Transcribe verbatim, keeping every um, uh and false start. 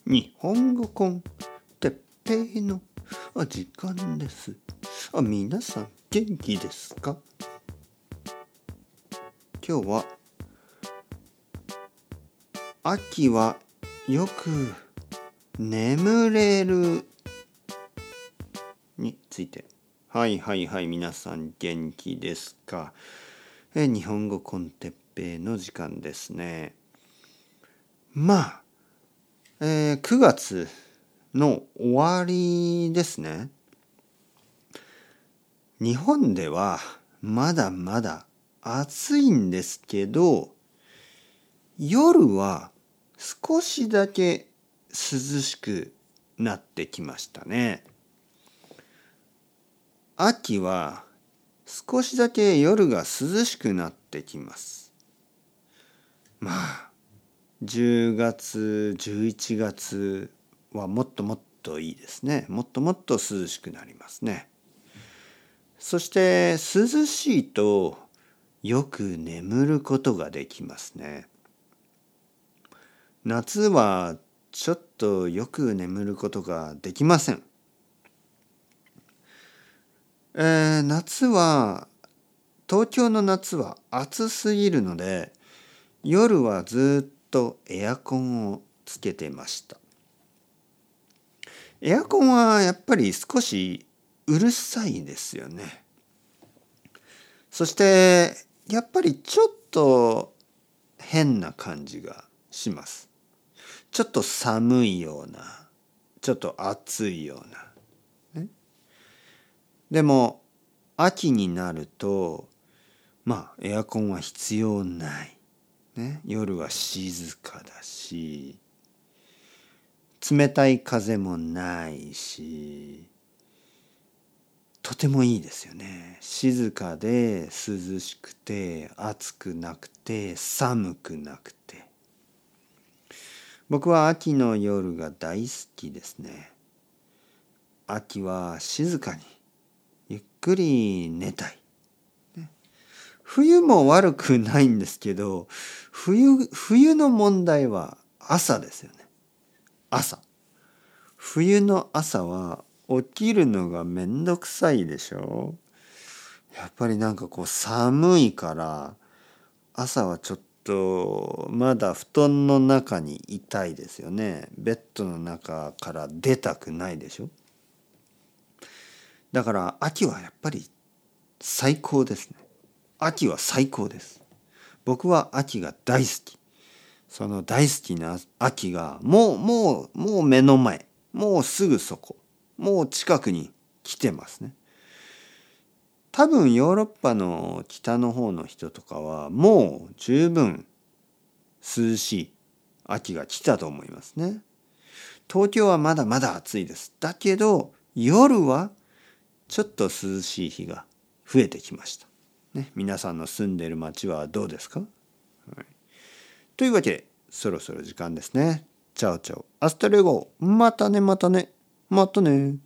日本語コンテッペイの時間です。あ、皆さん元気ですか？今日は秋はよく眠れるについて。はいはいはい、皆さん元気ですか？え日本語コンテッペイの時間ですね。まあ、えー、くがつの終わりですね。日本ではまだまだ暑いんですけど、夜は少しだけ涼しくなってきましたね。秋は少しだけ夜が涼しくなってきます。まあ、じゅうがつ、じゅういちがつはもっともっといいですね。もっともっと涼しくなりますね。そして涼しいとよく眠ることができますね。夏はちょっとよく眠ることができません。えー、夏は東京の夏は暑すぎるので、夜はずっとエアコンをつけてました。エアコンはやっぱり少しうるさいですよね。そしてやっぱりちょっと変な感じがします。ちょっと寒いような、ちょっと暑いような。ね、でも秋になると、まあエアコンは必要ない。ね、夜は静かだし、冷たい風もないし、とてもいいですよね。静かで涼しくて暑くなくて寒くなくて。僕は秋の夜が大好きですね。秋は静かにゆっくり寝たい。冬も悪くないんですけど、冬、冬の問題は朝ですよね。朝。冬の朝は起きるのがめんどくさいでしょ。やっぱりなんかこう寒いから朝はちょっとまだ布団の中にいたいですよね。ベッドの中から出たくないでしょ。だから秋はやっぱり最高ですね。秋は最高です。僕は秋が大好き。その大好きな秋がもうもうもう目の前、もうすぐそこ、もう近くに来てますね。多分ヨーロッパの北の方の人とかはもう十分涼しい秋が来たと思いますね。東京はまだまだ暑いです。だけど夜はちょっと涼しい日が増えてきました。ね、皆さんの住んでいる街はどうですか？はい、というわけでそろそろ時間ですね。チャオチャオアスタレゴ、またねまたねまたね。